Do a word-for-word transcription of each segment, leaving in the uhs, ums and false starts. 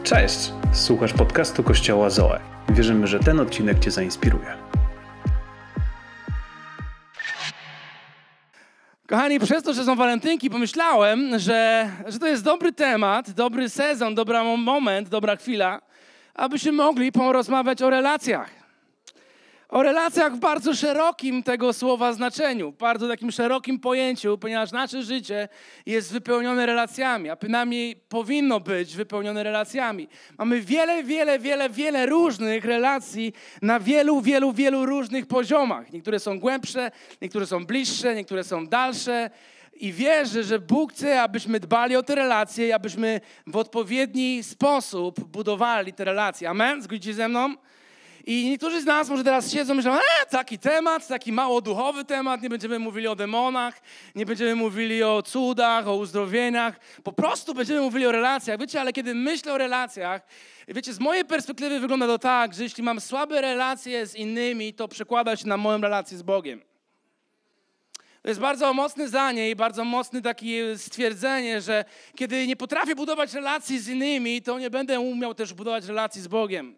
Cześć! Słuchasz podcastu Kościoła Zoe. Wierzymy, że ten odcinek Cię zainspiruje. Kochani, przez to, że są walentynki, pomyślałem, że, że to jest dobry temat, dobry sezon, dobry moment, dobra chwila, abyśmy mogli porozmawiać o relacjach. O relacjach w bardzo szerokim tego słowa znaczeniu, bardzo takim szerokim pojęciu, ponieważ nasze życie jest wypełnione relacjami, a przynajmniej powinno być wypełnione relacjami. Mamy wiele, wiele, wiele, wiele różnych relacji na wielu, wielu, wielu różnych poziomach. Niektóre są głębsze, niektóre są bliższe, niektóre są dalsze. I wierzę, że Bóg chce, abyśmy dbali o te relacje i abyśmy w odpowiedni sposób budowali te relacje. Amen? Zgodzicie ze mną? I niektórzy z nas może teraz siedzą i myślą, e, taki temat, taki mało duchowy temat, nie będziemy mówili o demonach, nie będziemy mówili o cudach, o uzdrowieniach, po prostu będziemy mówili o relacjach. Wiecie, ale kiedy myślę o relacjach, wiecie, z mojej perspektywy wygląda to tak, że jeśli mam słabe relacje z innymi, to przekłada się na moją relację z Bogiem. To jest bardzo mocne zdanie i bardzo mocne takie stwierdzenie, że kiedy nie potrafię budować relacji z innymi, to nie będę umiał też budować relacji z Bogiem.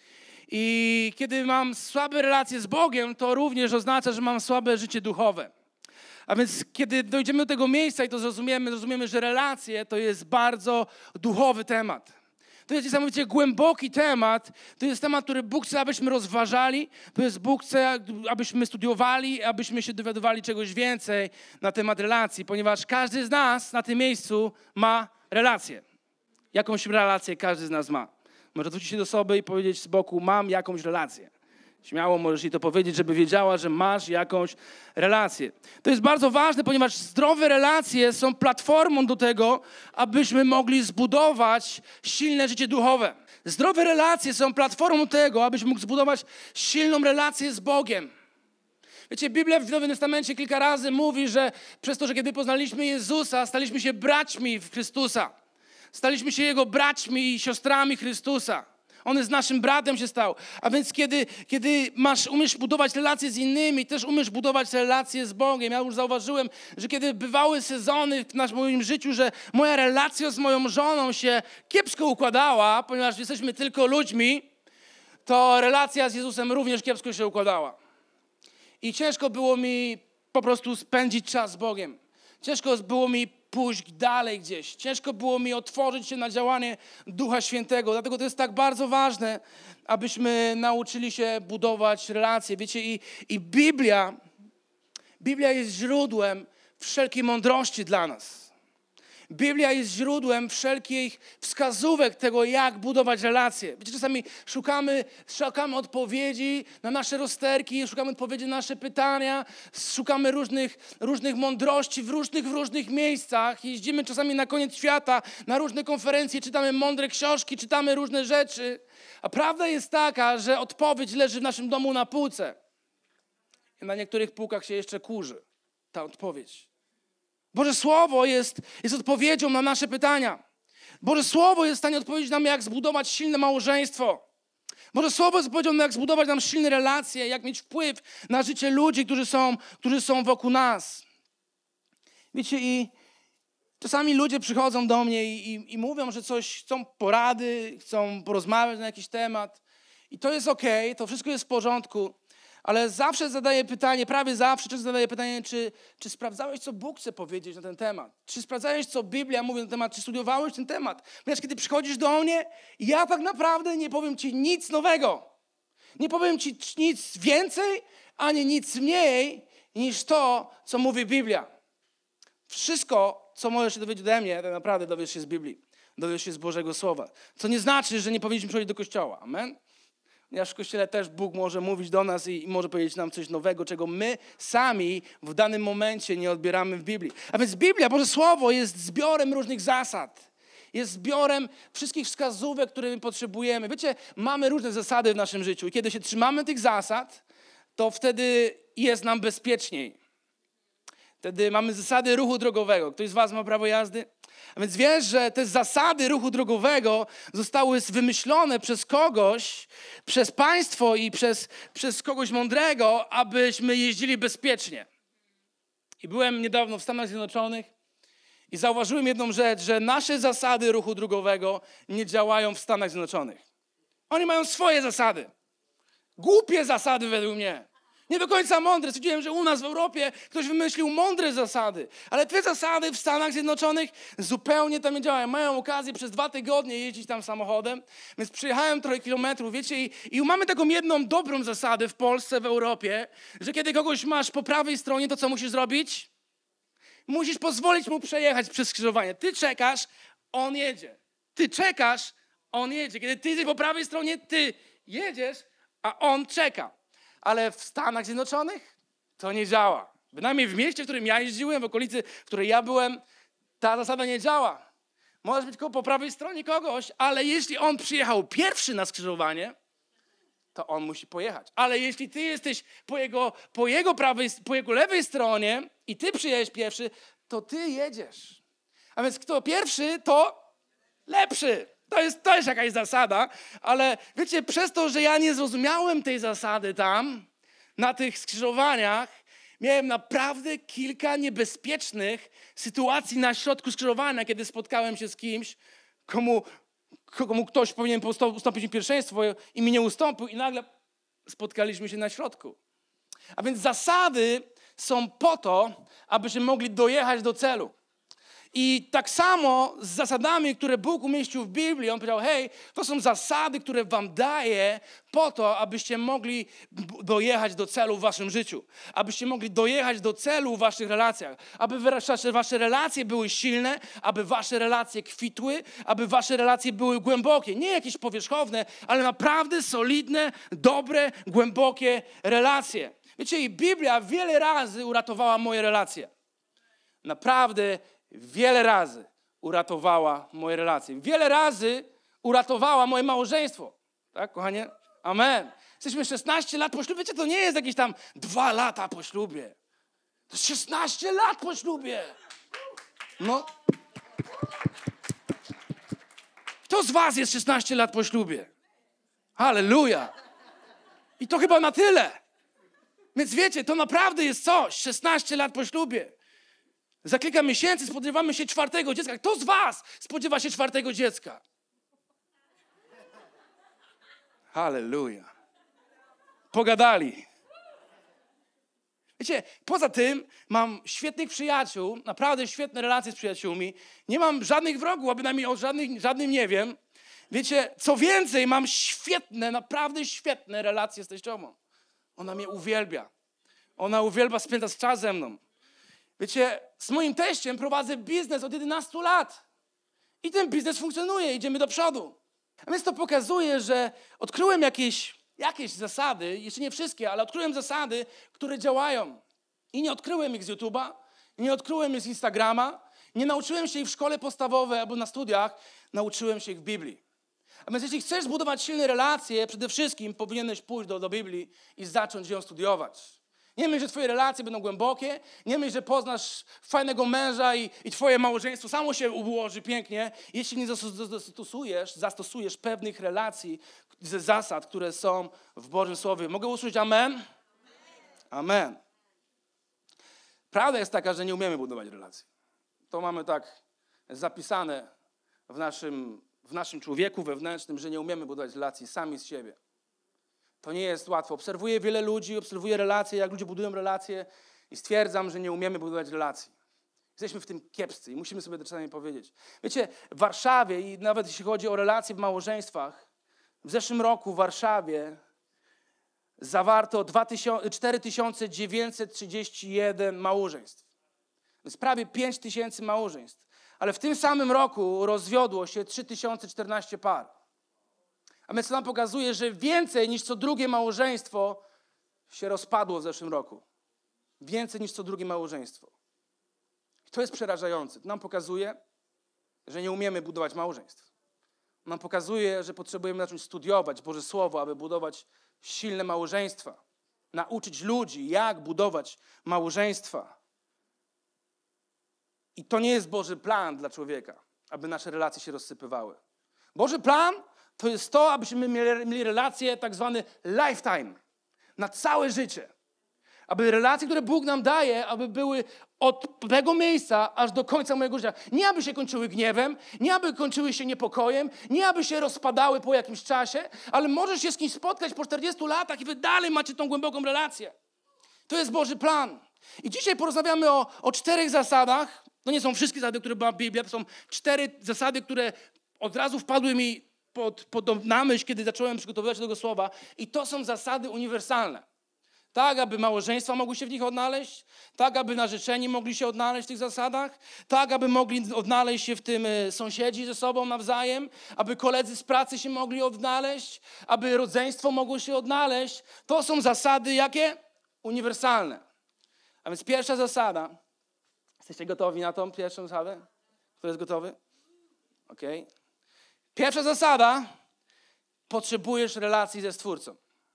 I kiedy mam słabe relacje z Bogiem, to również oznacza, że mam słabe życie duchowe. A więc kiedy dojdziemy do tego miejsca i to zrozumiemy, zrozumiemy, że relacje to jest bardzo duchowy temat. To jest niesamowicie głęboki temat. To jest temat, który Bóg chce, abyśmy rozważali. To jest Bóg chce, abyśmy studiowali, abyśmy się dowiadywali czegoś więcej na temat relacji, ponieważ każdy z nas na tym miejscu ma relację. Jakąś relację każdy z nas ma. Może zwrócić się do osoby i powiedzieć z boku, mam jakąś relację. Śmiało możesz jej to powiedzieć, żeby wiedziała, że masz jakąś relację. To jest bardzo ważne, ponieważ zdrowe relacje są platformą do tego, abyśmy mogli zbudować silne życie duchowe. Zdrowe relacje są platformą tego, abyś mógł zbudować silną relację z Bogiem. Wiecie, Biblia w Nowym Testamencie kilka razy mówi, że przez to, że kiedy poznaliśmy Jezusa, staliśmy się braćmi w Chrystusa. Staliśmy się Jego braćmi i siostrami Chrystusa. On jest naszym bratem się stał. A więc kiedy, kiedy masz, umiesz budować relacje z innymi, też umiesz budować relacje z Bogiem. Ja już zauważyłem, że kiedy bywały sezony w naszym moim życiu, że moja relacja z moją żoną się kiepsko układała, ponieważ jesteśmy tylko ludźmi, to relacja z Jezusem również kiepsko się układała. I ciężko było mi po prostu spędzić czas z Bogiem. Ciężko było mi pójść dalej gdzieś. Ciężko było mi otworzyć się na działanie Ducha Świętego. Dlatego to jest tak bardzo ważne, abyśmy nauczyli się budować relacje. Wiecie, i, i Biblia, Biblia jest źródłem wszelkiej mądrości dla nas. Biblia jest źródłem wszelkich wskazówek tego, jak budować relacje. Wiecie, czasami szukamy, szukamy odpowiedzi na nasze rozterki, szukamy odpowiedzi na nasze pytania, szukamy różnych, różnych mądrości w różnych, w różnych miejscach. Jeździmy czasami na koniec świata, na różne konferencje, czytamy mądre książki, czytamy różne rzeczy. A prawda jest taka, że odpowiedź leży w naszym domu na półce. I na niektórych półkach się jeszcze kurzy ta odpowiedź. Boże Słowo jest, jest odpowiedzią na nasze pytania. Boże Słowo jest w stanie odpowiedzieć nam, jak zbudować silne małżeństwo. Boże Słowo jest odpowiedzią nam, jak zbudować nam silne relacje, jak mieć wpływ na życie ludzi, którzy są, którzy są wokół nas. Wiecie, i czasami ludzie przychodzą do mnie i, i, i mówią, że coś, chcą porady, chcą porozmawiać na jakiś temat. I to jest okej, to wszystko jest w porządku. Ale zawsze zadaję pytanie, prawie zawsze często zadaję pytanie, czy, czy sprawdzałeś, co Bóg chce powiedzieć na ten temat? Czy sprawdzałeś, co Biblia mówi na ten temat? Czy studiowałeś ten temat? Ponieważ kiedy przychodzisz do mnie, ja tak naprawdę nie powiem ci nic nowego. Nie powiem ci nic więcej, ani nic mniej niż to, co mówi Biblia. Wszystko, co możesz się dowiedzieć ode mnie, tak naprawdę dowiesz się z Biblii. Dowiesz się z Bożego Słowa. Co nie znaczy, że nie powinniśmy przychodzić do kościoła. Amen? Ponieważ w Kościele też Bóg może mówić do nas i może powiedzieć nam coś nowego, czego my sami w danym momencie nie odbieramy w Biblii. A więc Biblia, Boże Słowo, jest zbiorem różnych zasad. Jest zbiorem wszystkich wskazówek, które my potrzebujemy. Wiecie, mamy różne zasady w naszym życiu i kiedy się trzymamy tych zasad, to wtedy jest nam bezpieczniej. Wtedy mamy zasady ruchu drogowego. Ktoś z was ma prawo jazdy? A więc wiesz, że te zasady ruchu drogowego zostały wymyślone przez kogoś, przez państwo i przez, przez kogoś mądrego, abyśmy jeździli bezpiecznie. I byłem niedawno w Stanach Zjednoczonych I zauważyłem jedną rzecz, że nasze zasady ruchu drogowego nie działają w Stanach Zjednoczonych. Oni mają swoje zasady. Głupie zasady według mnie. Nie do końca mądre. Stwierdziłem, że u nas w Europie ktoś wymyślił mądre zasady. Ale te zasady w Stanach Zjednoczonych zupełnie tam nie działają. Mają okazję przez dwa tygodnie jeździć tam samochodem. Więc przyjechałem trochę kilometrów, wiecie, i, i mamy taką jedną dobrą zasadę w Polsce, w Europie, że kiedy kogoś masz po prawej stronie, to co musisz zrobić? Musisz pozwolić mu przejechać przez skrzyżowanie. Ty czekasz, on jedzie. Ty czekasz, on jedzie. Kiedy ty jesteś po prawej stronie, ty jedziesz, a on czeka. Ale w Stanach Zjednoczonych to nie działa. Bynajmniej w mieście, w którym ja jeździłem, w okolicy, w której ja byłem, ta zasada nie działa. Możesz być po prawej stronie kogoś, ale jeśli on przyjechał pierwszy na skrzyżowanie, to on musi pojechać. Ale jeśli ty jesteś po jego, po jego, prawej, po jego lewej stronie i ty przyjechałeś pierwszy, to ty jedziesz. A więc kto pierwszy, to lepszy. To jest, to jest jakaś zasada, ale wiecie, przez to, że ja nie zrozumiałem tej zasady tam, na tych skrzyżowaniach, miałem naprawdę kilka niebezpiecznych sytuacji na środku skrzyżowania, kiedy spotkałem się z kimś, komu, komu ktoś powinien ustąpić mi pierwszeństwo i mi nie ustąpił i nagle spotkaliśmy się na środku. A więc zasady są po to, abyśmy mogli dojechać do celu. I tak samo z zasadami, które Bóg umieścił w Biblii, On powiedział, hej, to są zasady, które wam daję po to, abyście mogli dojechać do celu w waszym życiu. Abyście mogli dojechać do celu w waszych relacjach. Aby wasze, wasze relacje były silne, aby wasze relacje kwitły, aby wasze relacje były głębokie. Nie jakieś powierzchowne, ale naprawdę solidne, dobre, głębokie relacje. Wiecie, i Biblia wiele razy uratowała moje relacje. Naprawdę wiele razy uratowała moje relacje. Wiele razy uratowała moje małżeństwo. Tak, kochanie? Amen. Jesteśmy szesnaście lat po ślubie. Wiecie, to nie jest jakieś tam dwa lata po ślubie. To jest szesnaście lat po ślubie. No. Kto z was jest szesnaście lat po ślubie? Halleluja. I to chyba na tyle. Więc wiecie, to naprawdę jest coś. szesnaście lat po ślubie. Za kilka miesięcy spodziewamy się czwartego dziecka. Kto z was spodziewa się czwartego dziecka? Halleluja. Pogadali. Wiecie, poza tym mam świetnych przyjaciół, naprawdę świetne relacje z przyjaciółmi. Nie mam żadnych wrogów, a bynajmniej o żadnych, żadnym nie wiem. Wiecie, co więcej, mam świetne, naprawdę świetne relacje z teściową. Ona mnie uwielbia. Ona uwielbia spędzać czas ze mną. Wiecie, z moim teściem prowadzę biznes od jedenastu lat. I ten biznes funkcjonuje, idziemy do przodu. A więc to pokazuje, że odkryłem jakieś, jakieś zasady, jeszcze nie wszystkie, ale odkryłem zasady, które działają. I nie odkryłem ich z YouTube'a, nie odkryłem ich z Instagrama, nie nauczyłem się ich w szkole podstawowej albo na studiach, nauczyłem się ich w Biblii. A więc jeśli chcesz zbudować silne relacje, przede wszystkim powinieneś pójść do, do Biblii i zacząć ją studiować. Nie myśl, że twoje relacje będą głębokie, nie myśl, że poznasz fajnego męża i, i twoje małżeństwo samo się ułoży pięknie, jeśli nie zastosujesz, zastosujesz pewnych relacji, ze zasad, które są w Bożym Słowie. Mogę usłyszeć amen? Amen. Prawda jest taka, że nie umiemy budować relacji. To mamy tak zapisane w naszym, w naszym człowieku wewnętrznym, że nie umiemy budować relacji sami z siebie. To nie jest łatwo. Obserwuję wiele ludzi, obserwuję relacje, jak ludzie budują relacje i stwierdzam, że nie umiemy budować relacji. Jesteśmy w tym kiepscy i musimy sobie to czasami powiedzieć. Wiecie, w Warszawie i nawet jeśli chodzi o relacje w małżeństwach, w zeszłym roku w Warszawie zawarto cztery tysiące dziewięćset trzydzieści jeden małżeństw. To jest prawie pięć tysięcy małżeństw. Ale w tym samym roku rozwiodło się trzy tysiące czternaście par. A więc to nam pokazuje, że więcej niż co drugie małżeństwo się rozpadło w zeszłym roku. Więcej niż co drugie małżeństwo. I to jest przerażające. To nam pokazuje, że nie umiemy budować małżeństw. Nam pokazuje, że potrzebujemy zacząć studiować Boże Słowo, aby budować silne małżeństwa. Nauczyć ludzi, jak budować małżeństwa. I to nie jest Boży plan dla człowieka, aby nasze relacje się rozsypywały. Boży plan to jest to, abyśmy mieli relacje tak zwany lifetime, na całe życie. Aby relacje, które Bóg nam daje, aby były od tego miejsca aż do końca mojego życia. Nie aby się kończyły gniewem, nie aby kończyły się niepokojem, nie aby się rozpadały po jakimś czasie, ale możesz się z kimś spotkać po czterdziestu latach i wy dalej macie tą głęboką relację. To jest Boży plan. I dzisiaj porozmawiamy o, o czterech zasadach. To nie są wszystkie zasady, które ma Biblia, to są cztery zasady, które od razu wpadły mi pod, pod na myśl, kiedy zacząłem przygotowywać się do tego słowa. I to są zasady uniwersalne. Tak, aby małżeństwa mogły się w nich odnaleźć, tak, aby narzeczeni mogli się odnaleźć w tych zasadach, tak, aby mogli odnaleźć się w tym sąsiedzi ze sobą nawzajem, aby koledzy z pracy się mogli odnaleźć, aby rodzeństwo mogło się odnaleźć. To są zasady jakie? Uniwersalne. A więc pierwsza zasada. Jesteście gotowi na tą pierwszą zasadę? Kto jest gotowy? Okej. Okay. Pierwsza zasada. Potrzebujesz relacji ze Stwórcą.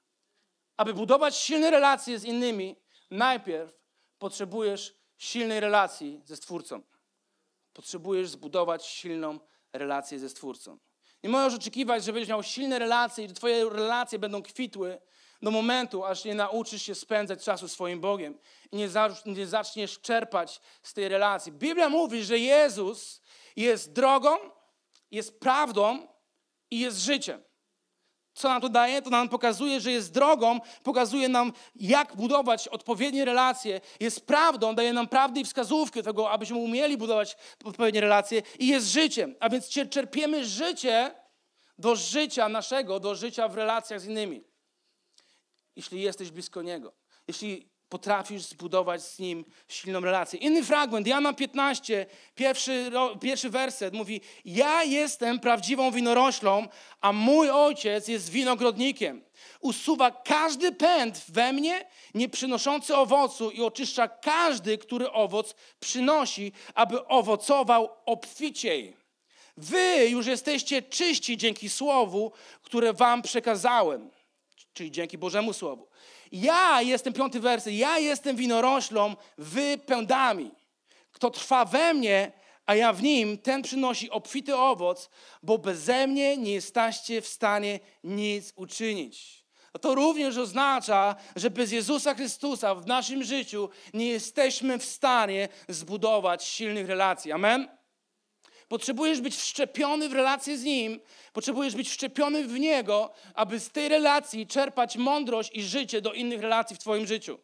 Aby budować silne relacje z innymi, najpierw potrzebujesz silnej relacji ze Stwórcą. Potrzebujesz zbudować silną relację ze Stwórcą. Nie możesz oczekiwać, że będziesz miał silne relacje i że twoje relacje będą kwitły do momentu, aż nie nauczysz się spędzać czasu z swoim Bogiem i nie, za, nie zaczniesz czerpać z tej relacji. Biblia mówi, że Jezus jest drogą, jest prawdą i jest życiem. Co nam to daje? To nam pokazuje, że jest drogą, pokazuje nam, jak budować odpowiednie relacje, jest prawdą, daje nam prawdę i wskazówkę tego, abyśmy umieli budować odpowiednie relacje i jest życiem. A więc czerpiemy życie do życia naszego, do życia w relacjach z innymi. Jeśli jesteś blisko Niego, jeśli potrafisz zbudować z Nim silną relację. Inny fragment, Jana piętnaście, pierwszy, pierwszy werset mówi: ja jestem prawdziwą winoroślą, a mój Ojciec jest winogrodnikiem. Usuwa każdy pęd we mnie, nie przynoszący owocu i oczyszcza każdy, który owoc przynosi, aby owocował obficiej. Wy już jesteście czyści dzięki słowu, które wam przekazałem. Czyli dzięki Bożemu Słowu. Ja jestem, piąty werset, ja jestem winoroślą, wy pędami. Kto trwa we mnie, a ja w nim, ten przynosi obfity owoc, bo beze mnie nie jesteście w stanie nic uczynić. To również oznacza, że bez Jezusa Chrystusa w naszym życiu nie jesteśmy w stanie zbudować silnych relacji. Amen? Potrzebujesz być wszczepiony w relację z Nim, potrzebujesz być wszczepiony w Niego, aby z tej relacji czerpać mądrość i życie do innych relacji w twoim życiu.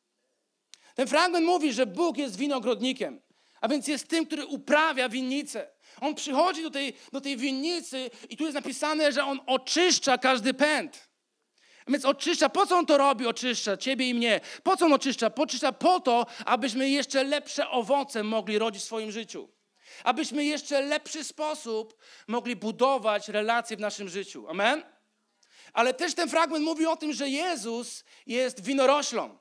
Ten fragment mówi, że Bóg jest winogrodnikiem, a więc jest tym, który uprawia winnicę. On przychodzi do tej, do tej winnicy i tu jest napisane, że On oczyszcza każdy pęd. A więc oczyszcza. Po co On to robi? Oczyszcza ciebie i mnie. Po co On oczyszcza? Oczyszcza po to, abyśmy jeszcze lepsze owoce mogli rodzić w swoim życiu. Abyśmy jeszcze lepszy sposób mogli budować relacje w naszym życiu. Amen? Ale też ten fragment mówi o tym, że Jezus jest winoroślą.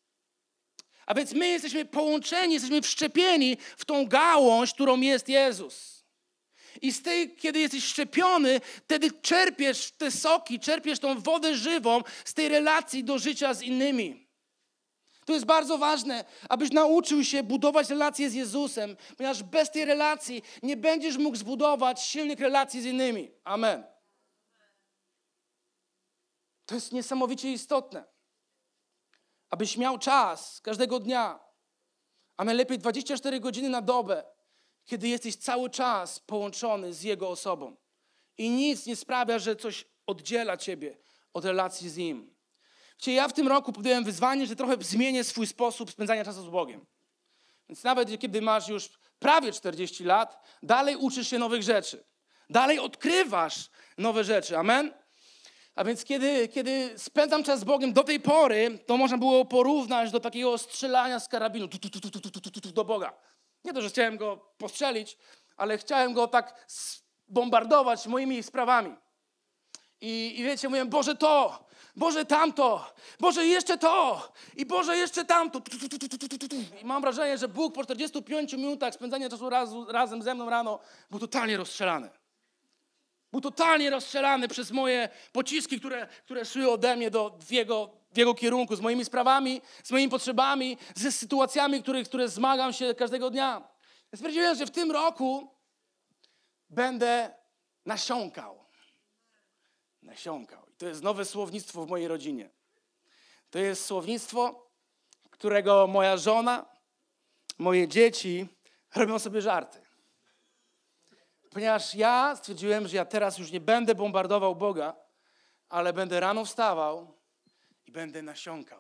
A więc my jesteśmy połączeni, jesteśmy wszczepieni w tą gałąź, którą jest Jezus. I z tej, kiedy jesteś wszczepiony, wtedy czerpiesz te soki, czerpiesz tą wodę żywą z tej relacji do życia z innymi. To jest bardzo ważne, abyś nauczył się budować relacje z Jezusem, ponieważ bez tej relacji nie będziesz mógł zbudować silnych relacji z innymi. Amen. To jest niesamowicie istotne. Abyś miał czas każdego dnia, a najlepiej dwadzieścia cztery godziny na dobę, kiedy jesteś cały czas połączony z Jego osobą. I nic nie sprawia, że coś oddziela ciebie od relacji z Nim. Ja w tym roku podjąłem wyzwanie, że trochę zmienię swój sposób spędzania czasu z Bogiem. Więc nawet kiedy masz już prawie czterdzieści lat, dalej uczysz się nowych rzeczy. Dalej odkrywasz nowe rzeczy. Amen? A więc kiedy, kiedy spędzam czas z Bogiem do tej pory, to można było porównać do takiego strzelania z karabinu tu, tu, tu, tu, tu, tu, tu, tu, do Boga. Nie to, że chciałem Go postrzelić, ale chciałem Go tak bombardować moimi sprawami. I, i wiecie, mówię, Boże to, Boże tamto, Boże jeszcze to i Boże jeszcze tamto. I mam wrażenie, że Bóg po czterdziestu pięciu minutach spędzania czasu raz, razem ze mną rano był totalnie rozstrzelany. Był totalnie rozstrzelany przez moje pociski, które, które szły ode mnie do, w, jego, w jego kierunku, z moimi sprawami, z moimi potrzebami, ze sytuacjami, które, które zmagam się każdego dnia. Ja stwierdziłem, że w tym roku będę nasiąkał. Nasiąkał. I to jest nowe słownictwo w mojej rodzinie. To jest słownictwo, którego moja żona, moje dzieci robią sobie żarty. Ponieważ ja stwierdziłem, że ja teraz już nie będę bombardował Boga, ale będę rano wstawał i będę nasiąkał.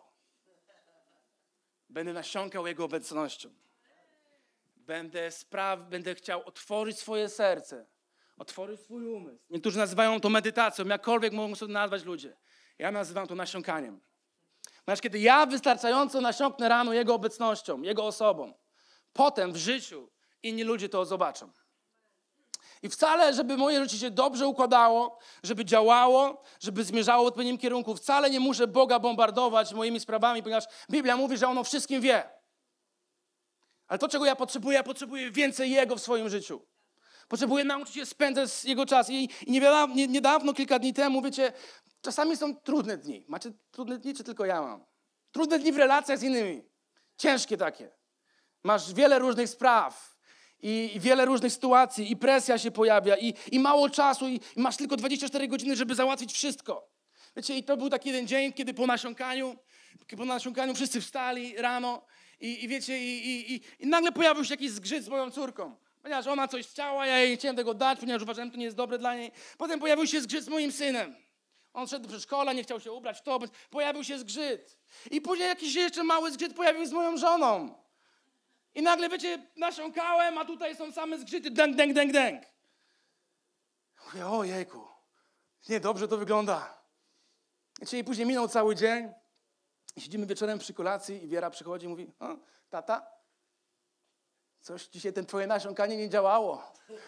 Będę nasiąkał Jego obecnością. Będę, spraw, będę chciał otworzyć swoje serce, otworzyć swój umysł. Niektórzy nazywają to medytacją, jakkolwiek mogą sobie nazwać ludzie. Ja nazywam to nasiąkaniem. Ponieważ kiedy ja wystarczająco nasiąknę rano Jego obecnością, Jego osobą, potem w życiu inni ludzie to zobaczą. I wcale, żeby moje życie się dobrze układało, żeby działało, żeby zmierzało w odpowiednim kierunku, wcale nie muszę Boga bombardować moimi sprawami, ponieważ Biblia mówi, że On o wszystkim wie. Ale to, czego ja potrzebuję, ja potrzebuję więcej Jego w swoim życiu. Potrzebuję nauczyć się spędzać Jego czas. I, i niedawno, nie, niedawno, kilka dni temu, wiecie, czasami są trudne dni. Macie trudne dni, czy tylko ja mam? Trudne dni w relacjach z innymi. Ciężkie takie. Masz wiele różnych spraw i, i wiele różnych sytuacji i presja się pojawia i, i mało czasu i, i masz tylko dwadzieścia cztery godziny, żeby załatwić wszystko. Wiecie, i to był taki jeden dzień, kiedy po nasiąkaniu, po nasiąkaniu wszyscy wstali rano i, i wiecie, i, i, i, i nagle pojawił się jakiś zgrzyt z moją córką. Ponieważ ona coś chciała, ja jej nie chciałem tego dać, ponieważ uważałem, że to nie jest dobre dla niej. Potem pojawił się zgrzyt z moim synem. On szedł do przedszkola, nie chciał się ubrać w to, pojawił się zgrzyt. I później jakiś jeszcze mały zgrzyt pojawił z moją żoną. I nagle, wiecie, nasiąkałem, a tutaj są same zgrzyty, dęk, dęk, dęk, dęk. Mówię, o jejku, nie, dobrze to wygląda. Wiecie, i później minął cały dzień. I siedzimy wieczorem przy kolacji i Wiera przychodzi i mówi, o, tata, coś dzisiaj ten twoje nasiąkanie nie działało.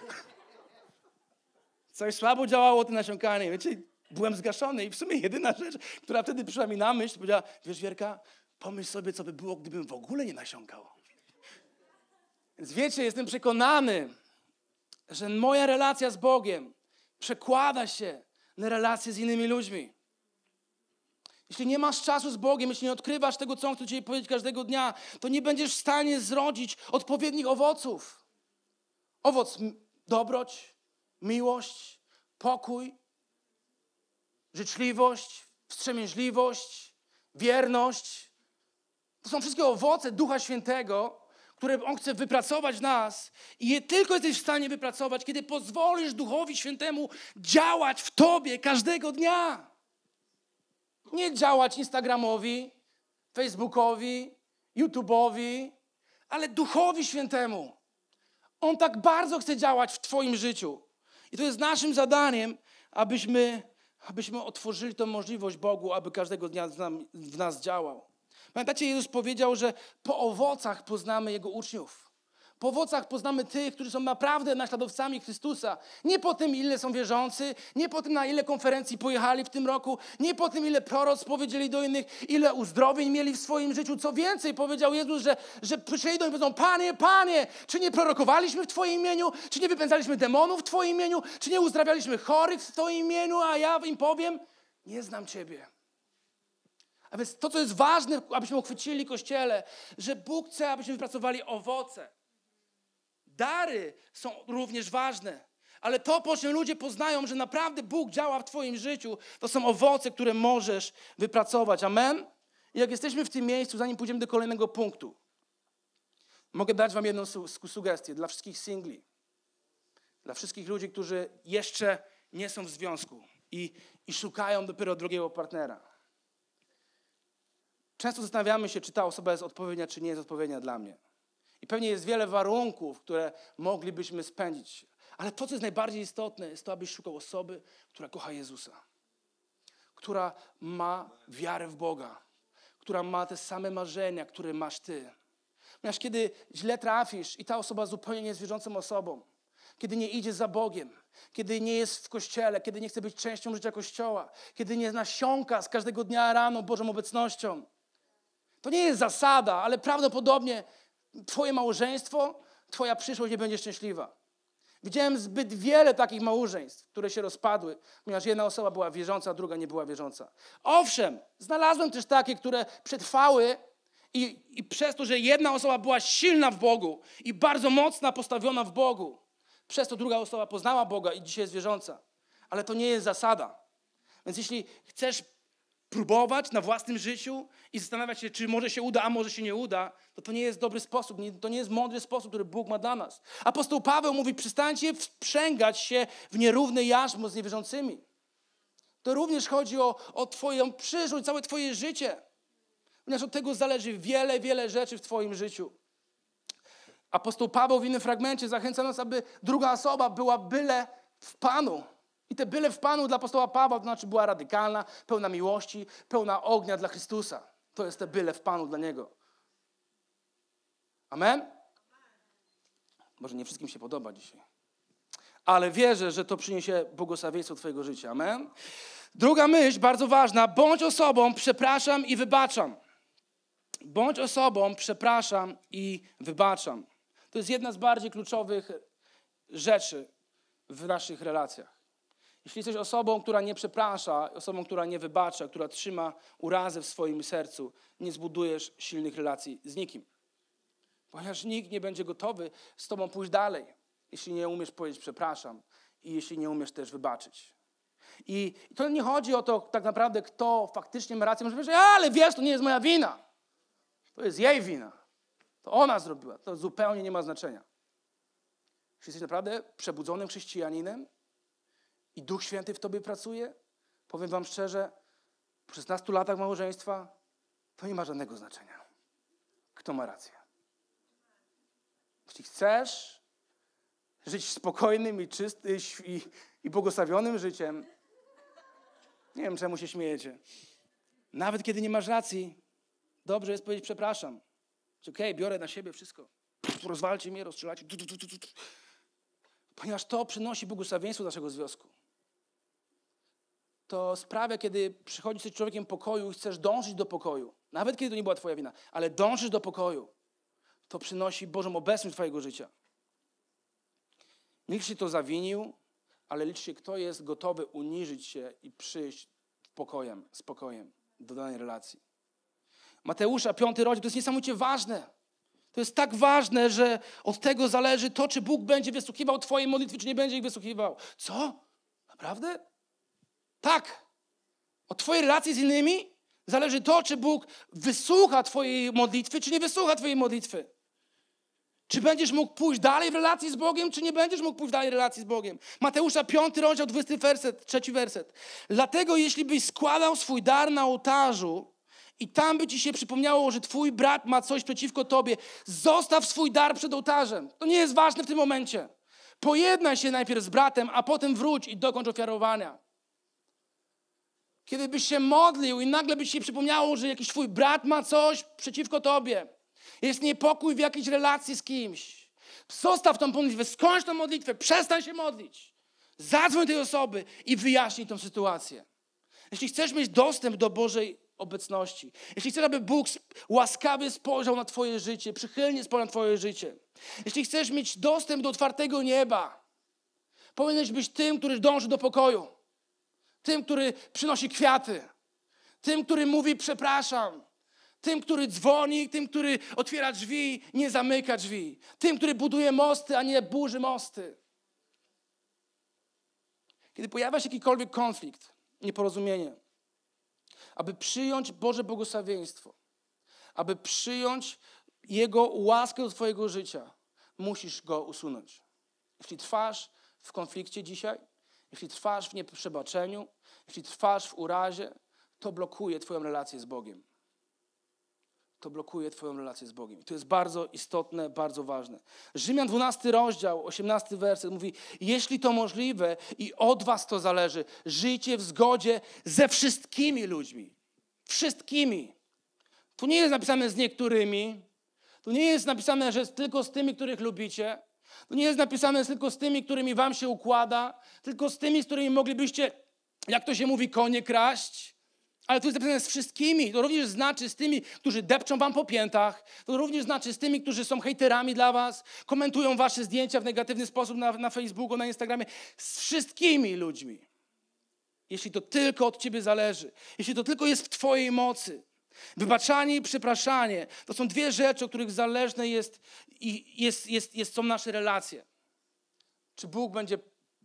Coś słabo działało to nasiąkanie. Wiecie, byłem zgaszony i w sumie jedyna rzecz, która wtedy przyszła mi na myśl, powiedziała, wiesz Wierka, pomyśl sobie, co by było, gdybym w ogóle nie nasiąkał. Więc wiecie, jestem przekonany, że moja relacja z Bogiem przekłada się na relacje z innymi ludźmi. Jeśli nie masz czasu z Bogiem, jeśli nie odkrywasz tego, co On chce Ci powiedzieć każdego dnia, to nie będziesz w stanie zrodzić odpowiednich owoców. Owoc dobroć, miłość, pokój, życzliwość, wstrzemięźliwość, wierność. To są wszystkie owoce Ducha Świętego, które On chce wypracować w nas i je tylko jesteś w stanie wypracować, kiedy pozwolisz Duchowi Świętemu działać w tobie każdego dnia. Nie działać Instagramowi, Facebookowi, YouTube'owi, ale Duchowi Świętemu. On tak bardzo chce działać w twoim życiu. I to jest naszym zadaniem, abyśmy, abyśmy otworzyli tę możliwość Bogu, aby każdego dnia w nas działał. Pamiętacie, Jezus powiedział, że po owocach poznamy Jego uczniów. Po owocach poznamy tych, którzy są naprawdę naśladowcami Chrystusa. Nie po tym, ile są wierzący, nie po tym, na ile konferencji pojechali w tym roku, nie po tym, ile proroc powiedzieli do innych, ile uzdrowień mieli w swoim życiu. Co więcej, powiedział Jezus, że, że przyjdą i powiedzą, Panie, Panie, czy nie prorokowaliśmy w Twoim imieniu? Czy nie wypędzaliśmy demonów w Twoim imieniu? Czy nie uzdrawialiśmy chorych w Twoim imieniu? A ja im powiem, nie znam Ciebie. A więc to, co jest ważne, abyśmy uchwycili Kościele, że Bóg chce, abyśmy wypracowali owoce. Dary są również ważne, ale to, po czym ludzie poznają, że naprawdę Bóg działa w twoim życiu, to są owoce, które możesz wypracować. Amen? I jak jesteśmy w tym miejscu, zanim pójdziemy do kolejnego punktu, mogę dać wam jedną su- sugestię dla wszystkich singli, dla wszystkich ludzi, którzy jeszcze nie są w związku i, i szukają dopiero drugiego partnera. Często zastanawiamy się, czy ta osoba jest odpowiednia, czy nie jest odpowiednia dla mnie. I pewnie jest wiele warunków, które moglibyśmy spędzić. Ale to, co jest najbardziej istotne, jest to, abyś szukał osoby, która kocha Jezusa. Która ma wiarę w Boga. Która ma te same marzenia, które masz ty. Ponieważ kiedy źle trafisz i ta osoba zupełnie nie jest wierzącą osobą, kiedy nie idzie za Bogiem, kiedy nie jest w Kościele, kiedy nie chce być częścią życia Kościoła, kiedy nie nasiąka z każdego dnia rano Bożą obecnością, to nie jest zasada, ale prawdopodobnie twoje małżeństwo, twoja przyszłość nie będzie szczęśliwa. Widziałem zbyt wiele takich małżeństw, które się rozpadły, ponieważ jedna osoba była wierząca, a druga nie była wierząca. Owszem, znalazłem też takie, które przetrwały i, i przez to, że jedna osoba była silna w Bogu i bardzo mocna, postawiona w Bogu, przez to druga osoba poznała Boga i dzisiaj jest wierząca. Ale to nie jest zasada. Więc jeśli chcesz próbować na własnym życiu i zastanawiać się, czy może się uda, a może się nie uda, to to nie jest dobry sposób, nie, to nie jest mądry sposób, który Bóg ma dla nas. Apostoł Paweł mówi, przestańcie wprzęgać się w nierówny jarzmo z niewierzącymi. To również chodzi o, o twoją przyszłość, całe twoje życie. Ponieważ od tego zależy wiele, wiele rzeczy w twoim życiu. Apostoł Paweł w innym fragmencie zachęca nas, aby druga osoba była byle w Panu. I te byle w Panu dla apostoła Pawła to znaczy była radykalna, pełna miłości, pełna ognia dla Chrystusa. To jest te byle w Panu dla Niego. Amen? Może nie wszystkim się podoba dzisiaj. Ale wierzę, że to przyniesie błogosławieństwo twojego życia. Amen? Druga myśl, bardzo ważna. Bądź osobą, przepraszam i wybaczam. Bądź osobą, przepraszam i wybaczam. To jest jedna z bardziej kluczowych rzeczy w naszych relacjach. Jeśli jesteś osobą, która nie przeprasza, osobą, która nie wybacza, która trzyma urazę w swoim sercu, nie zbudujesz silnych relacji z nikim. Ponieważ nikt nie będzie gotowy z tobą pójść dalej, jeśli nie umiesz powiedzieć przepraszam i jeśli nie umiesz też wybaczyć. I to nie chodzi o to tak naprawdę, kto faktycznie ma rację. Może powiedzieć, ale wiesz, to nie jest moja wina. To jest jej wina. To ona zrobiła. To zupełnie nie ma znaczenia. Jeśli jesteś naprawdę przebudzonym chrześcijaninem i Duch Święty w tobie pracuje, powiem wam szczerze, po szesnastu latach małżeństwa to nie ma żadnego znaczenia. Kto ma rację? Jeśli chcesz żyć spokojnym i czystym i, i błogosławionym życiem, nie wiem, czemu się śmiejecie. Nawet kiedy nie masz racji, dobrze jest powiedzieć przepraszam. Okej, okay, biorę na siebie wszystko. Rozwalcie mnie, rozstrzelacie. Ponieważ to przynosi błogosławieństwo do naszego związku. To sprawia, kiedy przychodzisz z człowiekiem pokoju i chcesz dążyć do pokoju. Nawet kiedy to nie była twoja wina, ale dążysz do pokoju. To przynosi Bożą obecność twojego życia. Nikt się to zawinił, ale licz się, kto jest gotowy uniżyć się i przyjść pokojem, spokojem do danej relacji. Mateusza, piąty rozdział, to jest niesamowicie ważne. To jest tak ważne, że od tego zależy to, czy Bóg będzie wysłuchiwał twojej modlitwy, czy nie będzie ich wysłuchiwał. Co? Naprawdę? Tak. Od twojej relacji z innymi zależy to, czy Bóg wysłucha twojej modlitwy, czy nie wysłucha twojej modlitwy. Czy będziesz mógł pójść dalej w relacji z Bogiem, czy nie będziesz mógł pójść dalej w relacji z Bogiem. Mateusza, piąty rozdział, dwudziesty werset, trzeci werset. Dlatego, jeśli byś składał swój dar na ołtarzu i tam by ci się przypomniało, że twój brat ma coś przeciwko tobie, zostaw swój dar przed ołtarzem. To nie jest ważne w tym momencie. Pojednaj się najpierw z bratem, a potem wróć i dokończ ofiarowania. Kiedy byś się modlił i nagle byś się przypomniało, że jakiś twój brat ma coś przeciwko tobie, jest niepokój w jakiejś relacji z kimś, zostaw tą modlitwę, skończ tą modlitwę, przestań się modlić. Zadzwoń tej osoby i wyjaśnij tą sytuację. Jeśli chcesz mieć dostęp do Bożej obecności, jeśli chcesz, aby Bóg łaskawie spojrzał na twoje życie, przychylnie spojrzał na twoje życie, jeśli chcesz mieć dostęp do otwartego nieba, powinieneś być tym, który dąży do pokoju, tym, który przynosi kwiaty, tym, który mówi przepraszam, tym, który dzwoni, tym, który otwiera drzwi, nie zamyka drzwi, tym, który buduje mosty, a nie burzy mosty. Kiedy pojawia się jakikolwiek konflikt, nieporozumienie, aby przyjąć Boże błogosławieństwo, aby przyjąć Jego łaskę do twojego życia, musisz go usunąć. Jeśli trwasz w konflikcie dzisiaj, jeśli trwasz w nieprzebaczeniu, jeśli trwasz w urazie, to blokuje twoją relację z Bogiem. To blokuje twoją relację z Bogiem. I to jest bardzo istotne, bardzo ważne. Rzymian dwunasty rozdział, osiemnasty werset mówi, jeśli to możliwe i od was to zależy, żyjcie w zgodzie ze wszystkimi ludźmi. Wszystkimi. Tu nie jest napisane z niektórymi. Tu nie jest napisane, że tylko z tymi, których lubicie. Tu nie jest napisane tylko z tymi, którymi wam się układa. Tylko z tymi, z którymi moglibyście, jak to się mówi, konie kraść. Ale tu jest napisane z wszystkimi. To również znaczy z tymi, którzy depczą wam po piętach. To również znaczy z tymi, którzy są hejterami dla was, komentują wasze zdjęcia w negatywny sposób na, na Facebooku, na Instagramie. Z wszystkimi ludźmi. Jeśli to tylko od ciebie zależy. Jeśli to tylko jest w twojej mocy. Wybaczanie i przepraszanie to są dwie rzeczy, od których zależne jest, i jest, jest, jest, są nasze relacje. Czy Bóg będzie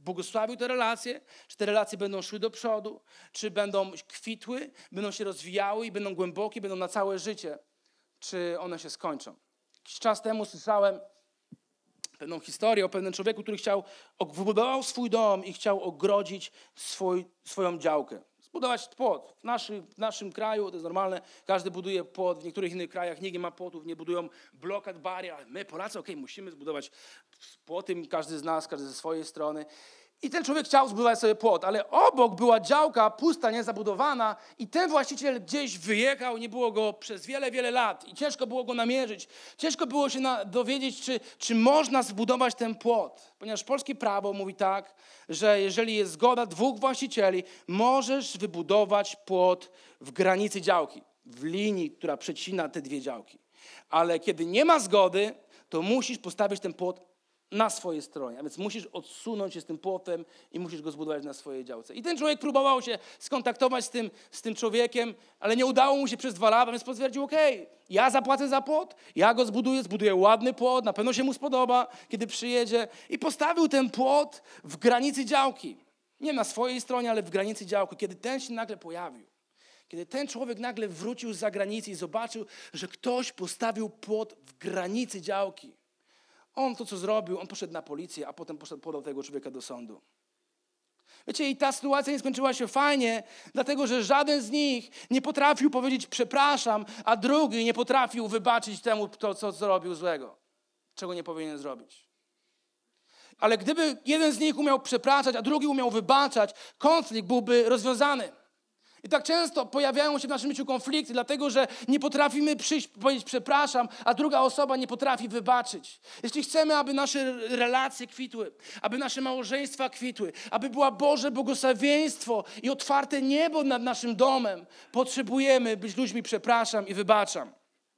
błogosławił te relacje, czy te relacje będą szły do przodu, czy będą kwitły, będą się rozwijały i będą głębokie, będą na całe życie, czy one się skończą. Jakiś czas temu słyszałem pewną historię o pewnym człowieku, który chciał, wybudował swój dom i chciał ogrodzić swój, swoją działkę. Zbudować płot. W, naszy, w naszym kraju to jest normalne, każdy buduje płot, w niektórych innych krajach nikt nie ma płotów, nie budują blokad, barier, ale my Polacy, okej, okay, musimy zbudować płoty, każdy z nas, każdy ze swojej strony. I ten człowiek chciał zbudować sobie płot, ale obok była działka pusta, niezabudowana i ten właściciel gdzieś wyjechał, nie było go przez wiele, wiele lat i ciężko było go namierzyć. Ciężko było się na, dowiedzieć, czy, czy można zbudować ten płot, ponieważ polskie prawo mówi tak, że jeżeli jest zgoda dwóch właścicieli, możesz wybudować płot w granicy działki, w linii, która przecina te dwie działki. Ale kiedy nie ma zgody, to musisz postawić ten płot na swojej stronie, a więc musisz odsunąć się z tym płotem i musisz go zbudować na swojej działce. I ten człowiek próbował się skontaktować z tym, z tym człowiekiem, ale nie udało mu się przez dwa lata, więc potwierdził, okej, okay, ja zapłacę za płot, ja go zbuduję, zbuduję ładny płot, na pewno się mu spodoba, kiedy przyjedzie. I postawił ten płot w granicy działki. Nie na swojej stronie, ale w granicy działki. Kiedy ten się nagle pojawił, kiedy ten człowiek nagle wrócił z zagranicy i zobaczył, że ktoś postawił płot w granicy działki, on to, co zrobił, on poszedł na policję, a potem poszedł, podał tego człowieka do sądu. Wiecie, i ta sytuacja nie skończyła się fajnie, dlatego że żaden z nich nie potrafił powiedzieć przepraszam, a drugi nie potrafił wybaczyć temu, to, co zrobił złego, czego nie powinien zrobić. Ale gdyby jeden z nich umiał przepraszać, a drugi umiał wybaczać, konflikt byłby rozwiązany. I tak często pojawiają się w naszym życiu konflikty, dlatego że nie potrafimy przyjść, powiedzieć przepraszam, a druga osoba nie potrafi wybaczyć. Jeśli chcemy, aby nasze relacje kwitły, aby nasze małżeństwa kwitły, aby było Boże błogosławieństwo i otwarte niebo nad naszym domem, potrzebujemy być ludźmi przepraszam i wybaczam.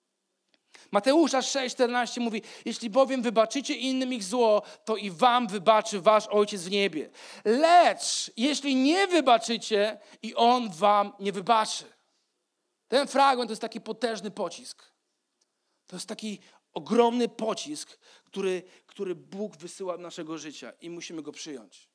Mateusza sześć czternaście mówi, jeśli bowiem wybaczycie innym ich zło, to i wam wybaczy wasz Ojciec w niebie. Lecz jeśli nie wybaczycie, i On wam nie wybaczy. Ten fragment to jest taki potężny pocisk. To jest taki ogromny pocisk, który, który Bóg wysyła do naszego życia i musimy go przyjąć.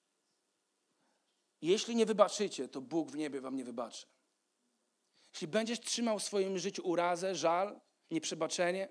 Jeśli nie wybaczycie, to Bóg w niebie wam nie wybaczy. Jeśli będziesz trzymał w swoim życiu urazę, żal, nieprzebaczenie,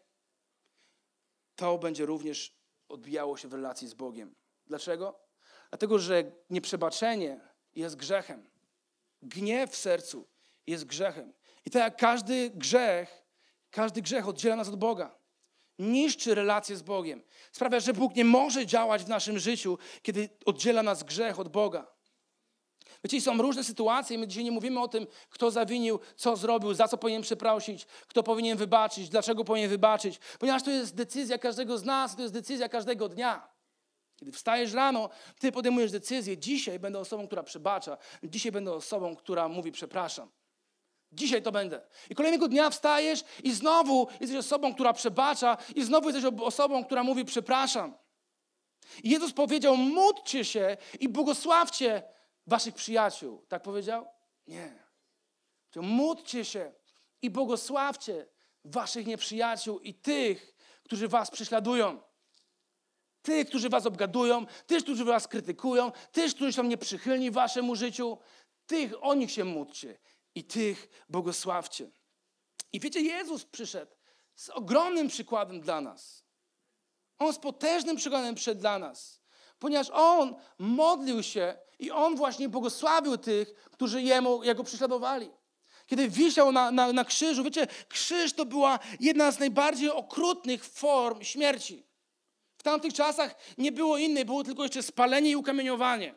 to będzie również odbijało się w relacji z Bogiem. Dlaczego? Dlatego, że nieprzebaczenie jest grzechem. Gniew w sercu jest grzechem. I tak jak każdy grzech, każdy grzech oddziela nas od Boga. Niszczy relacje z Bogiem. Sprawia, że Bóg nie może działać w naszym życiu, kiedy oddziela nas grzech od Boga. Wiecie, są różne sytuacje i my dzisiaj nie mówimy o tym, kto zawinił, co zrobił, za co powinien przeprosić, kto powinien wybaczyć, dlaczego powinien wybaczyć, ponieważ to jest decyzja każdego z nas, to jest decyzja każdego dnia. Kiedy wstajesz rano, ty podejmujesz decyzję, dzisiaj będę osobą, która przebacza, dzisiaj będę osobą, która mówi przepraszam. Dzisiaj to będę. I kolejnego dnia wstajesz i znowu jesteś osobą, która przebacza i znowu jesteś osobą, która mówi przepraszam. I Jezus powiedział, módlcie się i błogosławcie waszych przyjaciół. Tak powiedział? Nie. Módlcie się i błogosławcie waszych nieprzyjaciół i tych, którzy was prześladują. Tych, którzy was obgadują, tych, którzy was krytykują, tych, którzy są nieprzychylni waszemu życiu. Tych, o nich się módlcie i tych błogosławcie. I wiecie, Jezus przyszedł z ogromnym przykładem dla nas. On z potężnym przykładem przyszedł dla nas. Ponieważ On modlił się i On właśnie błogosławił tych, którzy Jemu, Jego prześladowali. Kiedy wisiał na, na, na krzyżu, wiecie, krzyż to była jedna z najbardziej okrutnych form śmierci. W tamtych czasach nie było innej, było tylko jeszcze spalenie i ukamieniowanie.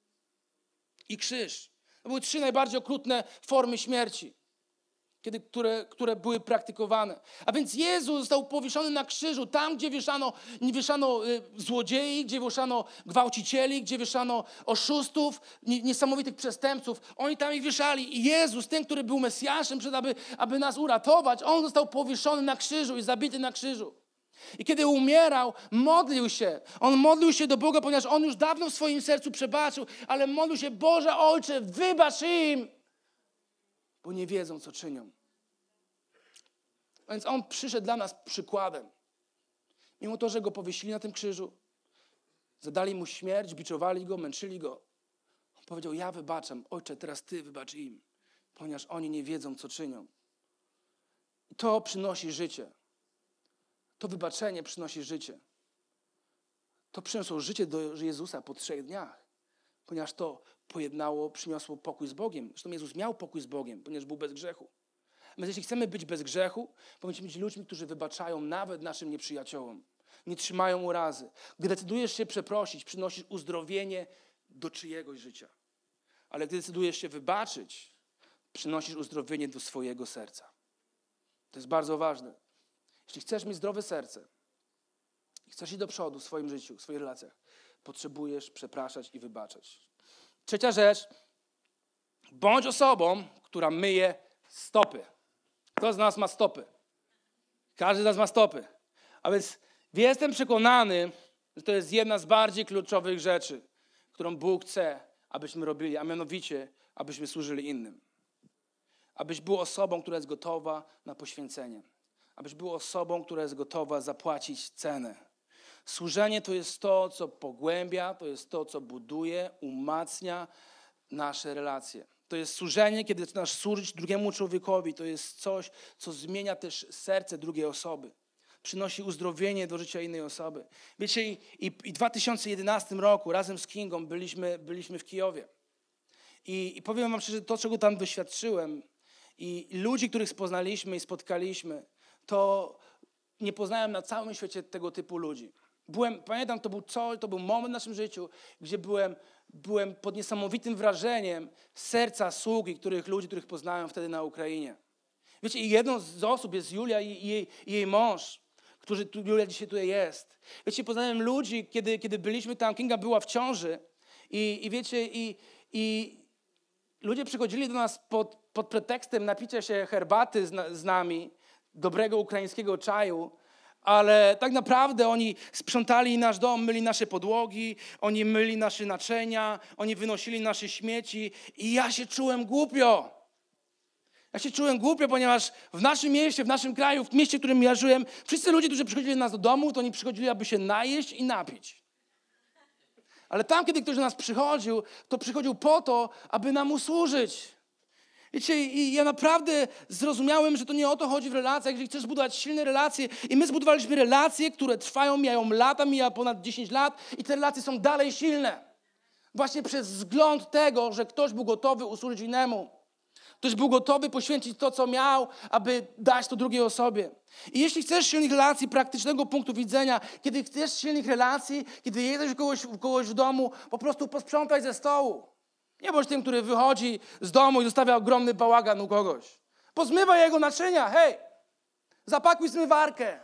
I krzyż. To były trzy najbardziej okrutne formy śmierci, kiedy, które, które były praktykowane. A więc Jezus został powieszony na krzyżu, tam gdzie wieszano, nie wieszano y, złodziei, gdzie wieszano gwałcicieli, gdzie wieszano oszustów, nie, niesamowitych przestępców. Oni tam ich wieszali. I Jezus, ten, który był Mesjaszem, przed, aby, aby nas uratować, On został powieszony na krzyżu i zabity na krzyżu. I kiedy umierał, modlił się. On modlił się do Boga, ponieważ On już dawno w swoim sercu przebaczył, ale modlił się, Boże Ojcze, wybacz im, bo nie wiedzą, co czynią. Więc On przyszedł dla nas przykładem. Mimo to, że Go powiesili na tym krzyżu, Zadali mu śmierć, biczowali go, męczyli go. On powiedział, ja wybaczam. Ojcze, teraz Ty wybacz im, ponieważ oni nie wiedzą, co czynią. I to przynosi życie. To wybaczenie przynosi życie. To przyniosło życie do Jezusa po trzech dniach, ponieważ to pojednało, przyniosło pokój z Bogiem. Zresztą Jezus miał pokój z Bogiem, ponieważ był bez grzechu. Więc jeśli chcemy być bez grzechu, powinniśmy być ludźmi, którzy wybaczają nawet naszym nieprzyjaciołom. Nie trzymają urazy. Gdy decydujesz się przeprosić, przynosisz uzdrowienie do czyjegoś życia. Ale gdy decydujesz się wybaczyć, przynosisz uzdrowienie do swojego serca. To jest bardzo ważne. Jeśli chcesz mieć zdrowe serce i chcesz iść do przodu w swoim życiu, w swoich relacjach, potrzebujesz przepraszać i wybaczać. Trzecia rzecz. Bądź osobą, która myje stopy. Kto z nas ma stopy? Każdy z nas ma stopy. A więc jestem przekonany, że to jest jedna z bardziej kluczowych rzeczy, którą Bóg chce, abyśmy robili, a mianowicie, abyśmy służyli innym. Abyś był osobą, która jest gotowa na poświęcenie. Abyś był osobą, która jest gotowa zapłacić cenę. Służenie to jest to, co pogłębia, to jest to, co buduje, umacnia nasze relacje. To jest służenie, kiedy zaczynasz służyć drugiemu człowiekowi. To jest coś, co zmienia też serce drugiej osoby. Przynosi uzdrowienie do życia innej osoby. Wiecie, i, i, i w dwa tysiące jedenastym roku razem z Kingą byliśmy, byliśmy w Kijowie. I, I powiem wam szczerze, to, czego tam doświadczyłem i ludzi, których poznaliśmy i spotkaliśmy, to nie poznałem na całym świecie tego typu ludzi. Byłem, pamiętam, to był coś, to był moment w naszym życiu, gdzie byłem, byłem pod niesamowitym wrażeniem serca sługi, których ludzi, których poznałem wtedy na Ukrainie. Wiecie, i jedną z osób jest Julia i, i, jej, i jej mąż, którzy tu, Julia dzisiaj tutaj jest. Wiecie, poznałem ludzi, kiedy, kiedy byliśmy tam, Kinga była w ciąży i, i wiecie, i, i ludzie przychodzili do nas pod, pod pretekstem napicia się herbaty z, z nami, dobrego ukraińskiego czaju, ale tak naprawdę oni sprzątali nasz dom, myli nasze podłogi, oni myli nasze naczynia, oni wynosili nasze śmieci i ja się czułem głupio. Ja się czułem głupio, ponieważ w naszym mieście, w naszym kraju, w mieście, w którym ja żyłem, wszyscy ludzie, którzy przychodzili do nas do domu, to oni przychodzili, aby się najeść i napić. Ale tam, kiedy ktoś do nas przychodził, to przychodził po to, aby nam usłużyć. Wiecie, i ja naprawdę zrozumiałem, że to nie o to chodzi w relacjach, jeżeli chcesz zbudować silne relacje. I my zbudowaliśmy relacje, które trwają, mijają lata, mija ponad dziesięć lat i te relacje są dalej silne. Właśnie przez wzgląd tego, że ktoś był gotowy usłużyć innemu. Ktoś był gotowy poświęcić to, co miał, aby dać to drugiej osobie. I jeśli chcesz silnych relacji, praktycznego punktu widzenia, kiedy chcesz silnych relacji, kiedy jesteś u kogoś, u kogoś w domu, po prostu posprzątaj ze stołu. Nie bądź tym, który wychodzi z domu i zostawia ogromny bałagan u kogoś. Pozmywaj jego naczynia, hej! Zapakuj zmywarkę.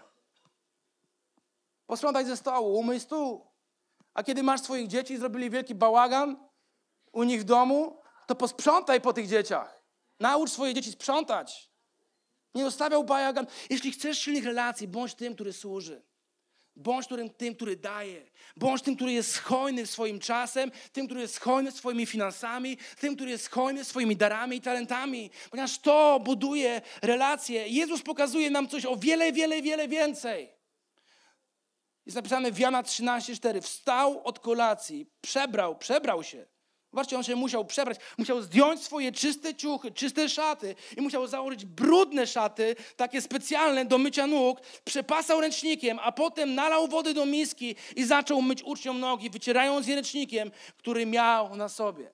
Posprzątaj ze stołu, umyj stół. A kiedy masz swoich dzieci i zrobili wielki bałagan u nich w domu, to posprzątaj po tych dzieciach. Naucz swoje dzieci sprzątać. Nie zostawiał bałagan. Jeśli chcesz silnych relacji, bądź tym, który służy. Bądź tym, który daje. Bądź tym, który jest hojny swoim czasem, tym, który jest hojny swoimi finansami, tym, który jest hojny swoimi darami i talentami. Ponieważ to buduje relacje. Jezus pokazuje nam coś o wiele, wiele, wiele więcej. Jest napisane w Jana trzynaście cztery. Wstał od kolacji, przebrał, przebrał się. Zobaczcie, on się musiał przebrać, musiał zdjąć swoje czyste ciuchy, czyste szaty i musiał założyć brudne szaty, takie specjalne do mycia nóg, przepasał ręcznikiem, a potem nalał wody do miski i zaczął myć uczniom nogi, wycierając je ręcznikiem, który miał na sobie.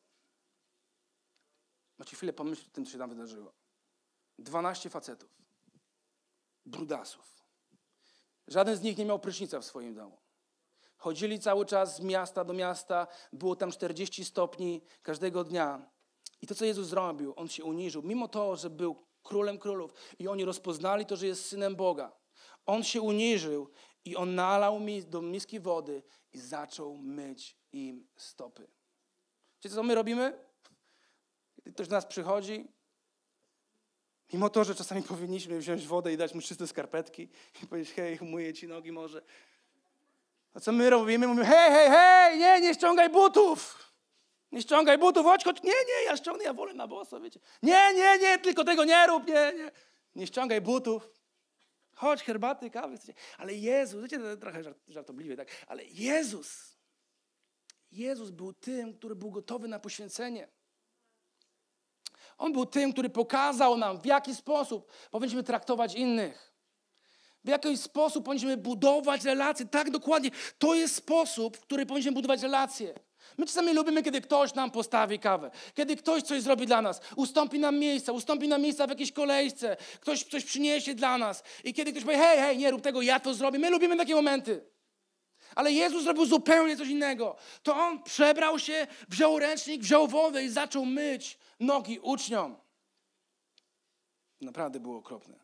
Macie chwilę pomyśleć o tym, co się tam wydarzyło. Dwanaście facetów, brudasów. Żaden z nich nie miał prysznica w swoim domu. Chodzili cały czas z miasta do miasta, było tam czterdzieści stopni każdego dnia. I to, co Jezus zrobił, On się uniżył. Mimo to, że był królem królów i oni rozpoznali to, że jest Synem Boga. On się uniżył i On nalał mi do miski wody i zaczął myć im stopy. Wiecie, co my robimy? Kiedy ktoś do nas przychodzi, mimo to, że czasami powinniśmy wziąć wodę i dać mu czyste skarpetki i powiedzieć, hej, umyję ci nogi może. A co my robimy? Mówimy, hej, hej, hej, nie, nie ściągaj butów. Nie ściągaj butów, chodź, chodź. Nie, nie, ja ściągnę, ja wolę na boso, wiecie. Nie, nie, nie, tylko tego nie rób, nie, nie. Nie ściągaj butów. Chodź, herbaty, kawy. Ale Jezus, wiecie, to trochę żart, żartobliwie, tak? Ale Jezus Jezus był tym, który był gotowy na poświęcenie. On był tym, który pokazał nam, w jaki sposób powinniśmy traktować innych. W jaki sposób powinniśmy budować relacje. Tak, dokładnie. To jest sposób, w który powinniśmy budować relacje. My czasami lubimy, kiedy ktoś nam postawi kawę, kiedy ktoś coś zrobi dla nas, ustąpi nam miejsca, ustąpi nam miejsca w jakiejś kolejce, ktoś coś przyniesie dla nas i kiedy ktoś powie, hej, hej, nie rób tego, ja to zrobię. My lubimy takie momenty. Ale Jezus zrobił zupełnie coś innego. To On przebrał się, wziął ręcznik, wziął wodę i zaczął myć nogi uczniom. Naprawdę było okropne.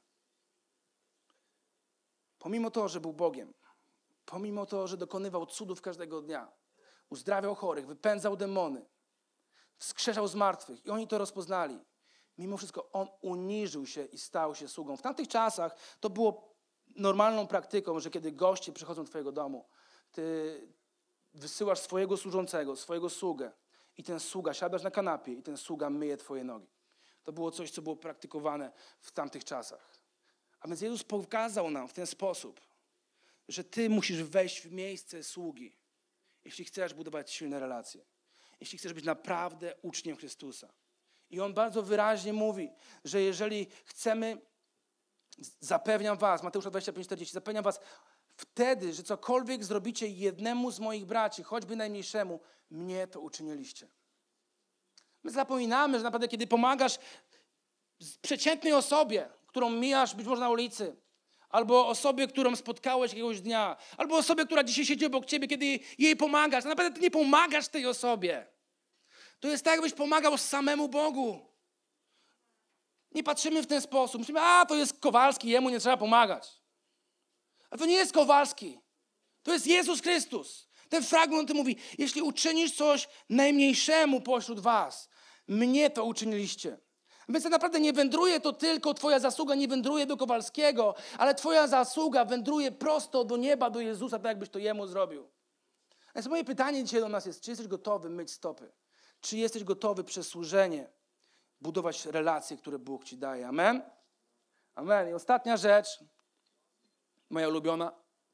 Pomimo to, że był Bogiem, pomimo to, że dokonywał cudów każdego dnia, uzdrawiał chorych, wypędzał demony, wskrzeszał z martwych i oni to rozpoznali. Mimo wszystko On uniżył się i stał się sługą. W tamtych czasach to było normalną praktyką, że kiedy goście przychodzą do twojego domu, ty wysyłasz swojego służącego, swojego sługę i ten sługa, siadasz na kanapie i ten sługa myje twoje nogi. To było coś, co było praktykowane w tamtych czasach. A więc Jezus pokazał nam w ten sposób, że ty musisz wejść w miejsce sługi, jeśli chcesz budować silne relacje, jeśli chcesz być naprawdę uczniem Chrystusa. I On bardzo wyraźnie mówi, że jeżeli chcemy, zapewniam was, Mateusza dwadzieścia pięć czterdzieści, zapewniam was, wtedy, że cokolwiek zrobicie jednemu z moich braci, choćby najmniejszemu, mnie to uczyniliście. My zapominamy, że naprawdę kiedy pomagasz przeciętnej osobie, którą mijasz być może na ulicy, albo osobie, którą spotkałeś jakiegoś dnia, albo osobie, która dzisiaj siedzi obok ciebie, kiedy jej pomagasz, to naprawdę ty nie pomagasz tej osobie. To jest tak, jakbyś pomagał samemu Bogu. Nie patrzymy w ten sposób. Myślimy, a to jest Kowalski, jemu nie trzeba pomagać. A to nie jest Kowalski. To jest Jezus Chrystus. Ten fragment to mówi, jeśli uczynisz coś najmniejszemu pośród was, mnie to uczyniliście. Więc tak naprawdę nie wędruje to tylko, twoja zasługa nie wędruje do Kowalskiego, ale twoja zasługa wędruje prosto do nieba, do Jezusa, tak jakbyś to Jemu zrobił. Więc moje pytanie dzisiaj do nas jest, czy jesteś gotowy myć stopy? Czy jesteś gotowy przez służenie budować relacje, które Bóg ci daje? Amen? Amen. I ostatnia rzecz, moja ulubiona.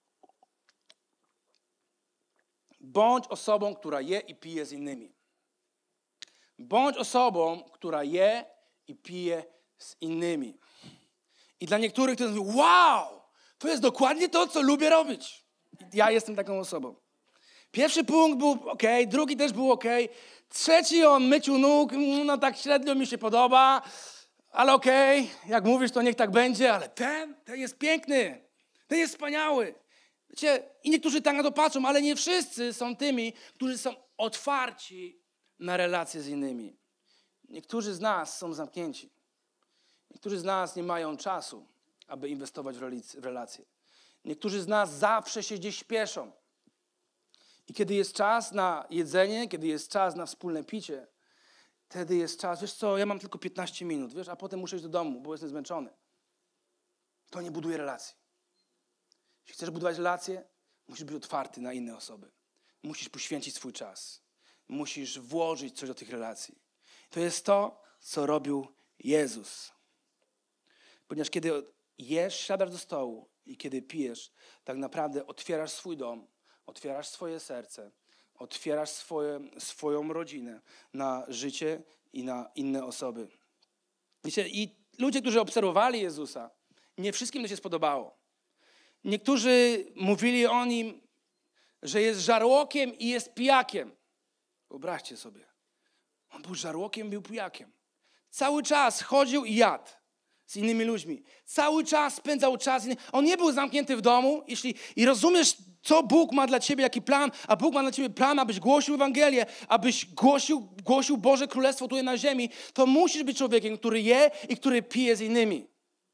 Bądź osobą, która je i pije z innymi. Bądź osobą, która je i pije z innymi. I dla niektórych to jest, wow, to jest dokładnie to, co lubię robić. Ja jestem taką osobą. Pierwszy punkt był ok, drugi też był ok. Trzeci o myciu nóg, no tak średnio mi się podoba, ale okej, okay, jak mówisz, to niech tak będzie, ale ten, ten jest piękny, ten jest wspaniały. Wiecie, i niektórzy tak na to patrzą, ale nie wszyscy są tymi, którzy są otwarci na relacje z innymi. Niektórzy z nas są zamknięci. Niektórzy z nas nie mają czasu, aby inwestować w relacje. Niektórzy z nas zawsze się gdzieś śpieszą. I kiedy jest czas na jedzenie, kiedy jest czas na wspólne picie, wtedy jest czas, wiesz co, ja mam tylko piętnaście minut, wiesz, a potem muszę iść do domu, bo jestem zmęczony. To nie buduje relacji. Jeśli chcesz budować relacje, musisz być otwarty na inne osoby. Musisz poświęcić swój czas. Musisz włożyć coś do tych relacji. To jest to, co robił Jezus. Ponieważ kiedy jesz, siadasz do stołu i kiedy pijesz, tak naprawdę otwierasz swój dom, otwierasz swoje serce, otwierasz swoje, swoją rodzinę na życie i na inne osoby. Wiecie, i ludzie, którzy obserwowali Jezusa, nie wszystkim to się spodobało. Niektórzy mówili o Nim, że jest żarłokiem i jest pijakiem. Wyobraźcie sobie. On był żarłokiem, był pijakiem. Cały czas chodził i jadł z innymi ludźmi. Cały czas spędzał czas. On nie był zamknięty w domu. Jeśli i rozumiesz, co Bóg ma dla ciebie, jaki plan, a Bóg ma dla ciebie plan, abyś głosił Ewangelię, abyś głosił, głosił Boże Królestwo tutaj na ziemi, to musisz być człowiekiem, który je i który pije z innymi.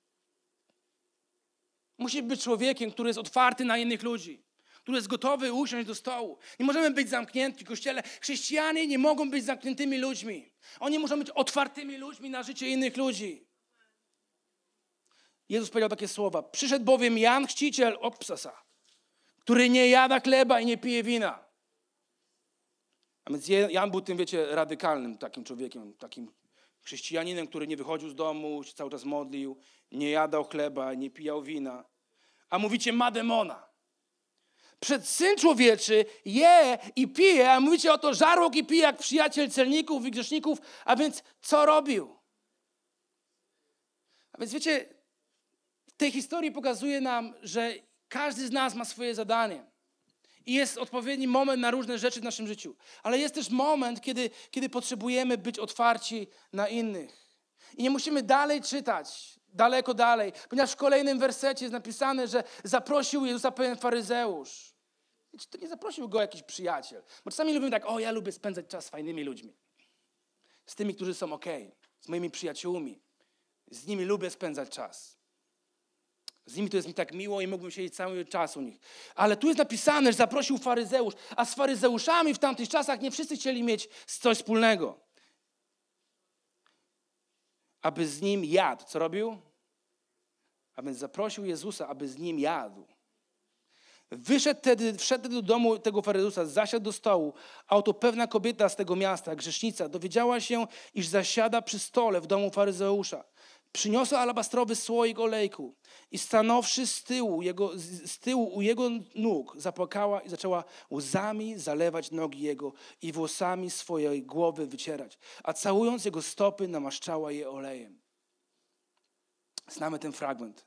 Musisz być człowiekiem, który jest otwarty na innych ludzi, który jest gotowy usiąść do stołu. Nie możemy być zamknięci w Kościele. Chrześcijanie nie mogą być zamkniętymi ludźmi. Oni muszą być otwartymi ludźmi na życie innych ludzi. Jezus powiedział takie słowa. Przyszedł bowiem Jan Chrzciciel, opsasa, który nie jada chleba i nie pije wina. A więc Jan był tym, wiecie, radykalnym takim człowiekiem, takim chrześcijaninem, który nie wychodził z domu, się cały czas modlił, nie jadał chleba, nie pijał wina. A mówicie, ma demona. przed Syn Człowieczy je i pije, a mówicie o to, żarłok i pije jak przyjaciel celników i grzeszników, a więc co robił? A więc wiecie, w tej historii pokazuje nam, że każdy z nas ma swoje zadanie. I jest odpowiedni moment na różne rzeczy w naszym życiu. Ale jest też moment, kiedy, kiedy potrzebujemy być otwarci na innych. I nie musimy dalej czytać, daleko dalej, ponieważ w kolejnym wersecie jest napisane, że zaprosił Jezusa pewien faryzeusz. Wiecie, to nie zaprosił go jakiś przyjaciel. Bo czasami lubimy tak, o ja lubię spędzać czas z fajnymi ludźmi. Z tymi, którzy są okej, z moimi przyjaciółmi. Z nimi lubię spędzać czas. Z nimi to jest mi tak miło i mógłbym siedzieć cały czas u nich. Ale tu jest napisane, że zaprosił faryzeusz, a z faryzeuszami w tamtych czasach nie wszyscy chcieli mieć coś wspólnego. Aby z nim jadł. Co robił? A więc zaprosił Jezusa, aby z nim jadł. Wyszedł tedy, wszedł do domu tego faryzeusa, zasiadł do stołu, a oto pewna kobieta z tego miasta, grzesznica, dowiedziała się, iż zasiada przy stole w domu faryzeusza. Przyniosła alabastrowy słoik olejku i stanąwszy z tyłu, jego, z tyłu u jego nóg, zapłakała i zaczęła łzami zalewać nogi jego i włosami swojej głowy wycierać, a całując jego stopy namaszczała je olejem. Znamy ten fragment.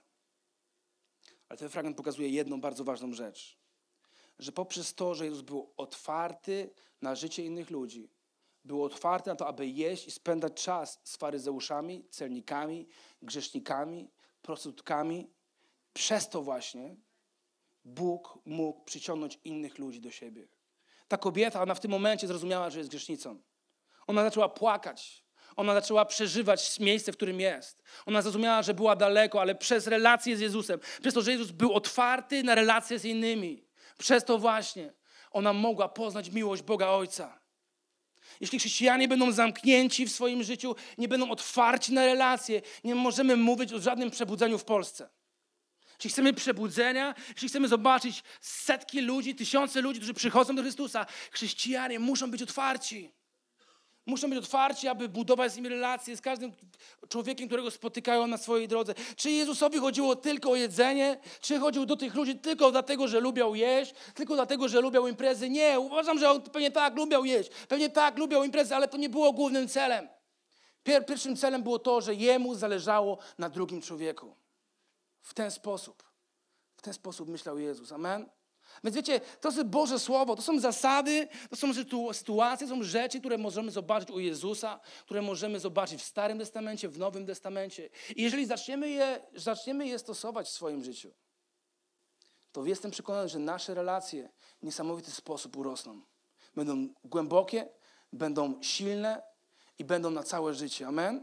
Ale ten fragment pokazuje jedną bardzo ważną rzecz. Że poprzez to, że Jezus był otwarty na życie innych ludzi, był otwarty na to, aby jeść i spędzać czas z faryzeuszami, celnikami, grzesznikami, prostytutkami. Przez to właśnie Bóg mógł przyciągnąć innych ludzi do siebie. Ta kobieta, ona w tym momencie zrozumiała, że jest grzesznicą. Ona zaczęła płakać. Ona zaczęła przeżywać miejsce, w którym jest. Ona zrozumiała, że była daleko, ale przez relację z Jezusem, przez to, że Jezus był otwarty na relacje z innymi, przez to właśnie ona mogła poznać miłość Boga Ojca. Jeśli chrześcijanie będą zamknięci w swoim życiu, nie będą otwarci na relacje, nie możemy mówić o żadnym przebudzeniu w Polsce. Jeśli chcemy przebudzenia, jeśli chcemy zobaczyć setki ludzi, tysiące ludzi, którzy przychodzą do Chrystusa, chrześcijanie muszą być otwarci. Muszą być otwarci, aby budować z nimi relacje, z każdym człowiekiem, którego spotykają na swojej drodze. Czy Jezusowi chodziło tylko o jedzenie? Czy chodził do tych ludzi tylko dlatego, że lubiał jeść? Tylko dlatego, że lubiał imprezy? Nie, uważam, że on pewnie tak lubiał jeść. Pewnie tak lubiał imprezy, ale to nie było głównym celem. Pier- pierwszym celem było to, że jemu zależało na drugim człowieku. W ten sposób. W ten sposób myślał Jezus. Amen? Więc wiecie, to jest Boże Słowo, to są zasady, to są sytuacje, to są rzeczy, które możemy zobaczyć u Jezusa, które możemy zobaczyć w Starym Testamencie, w Nowym Testamencie. I jeżeli zaczniemy je, zaczniemy je stosować w swoim życiu, to jestem przekonany, że nasze relacje w niesamowity sposób urosną. Będą głębokie, będą silne i będą na całe życie. Amen?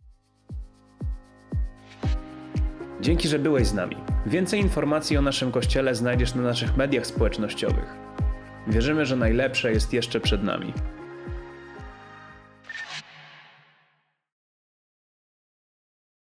Dzięki, że byłeś z nami. Więcej informacji o naszym Kościele znajdziesz na naszych mediach społecznościowych. Wierzymy, że najlepsze jest jeszcze przed nami.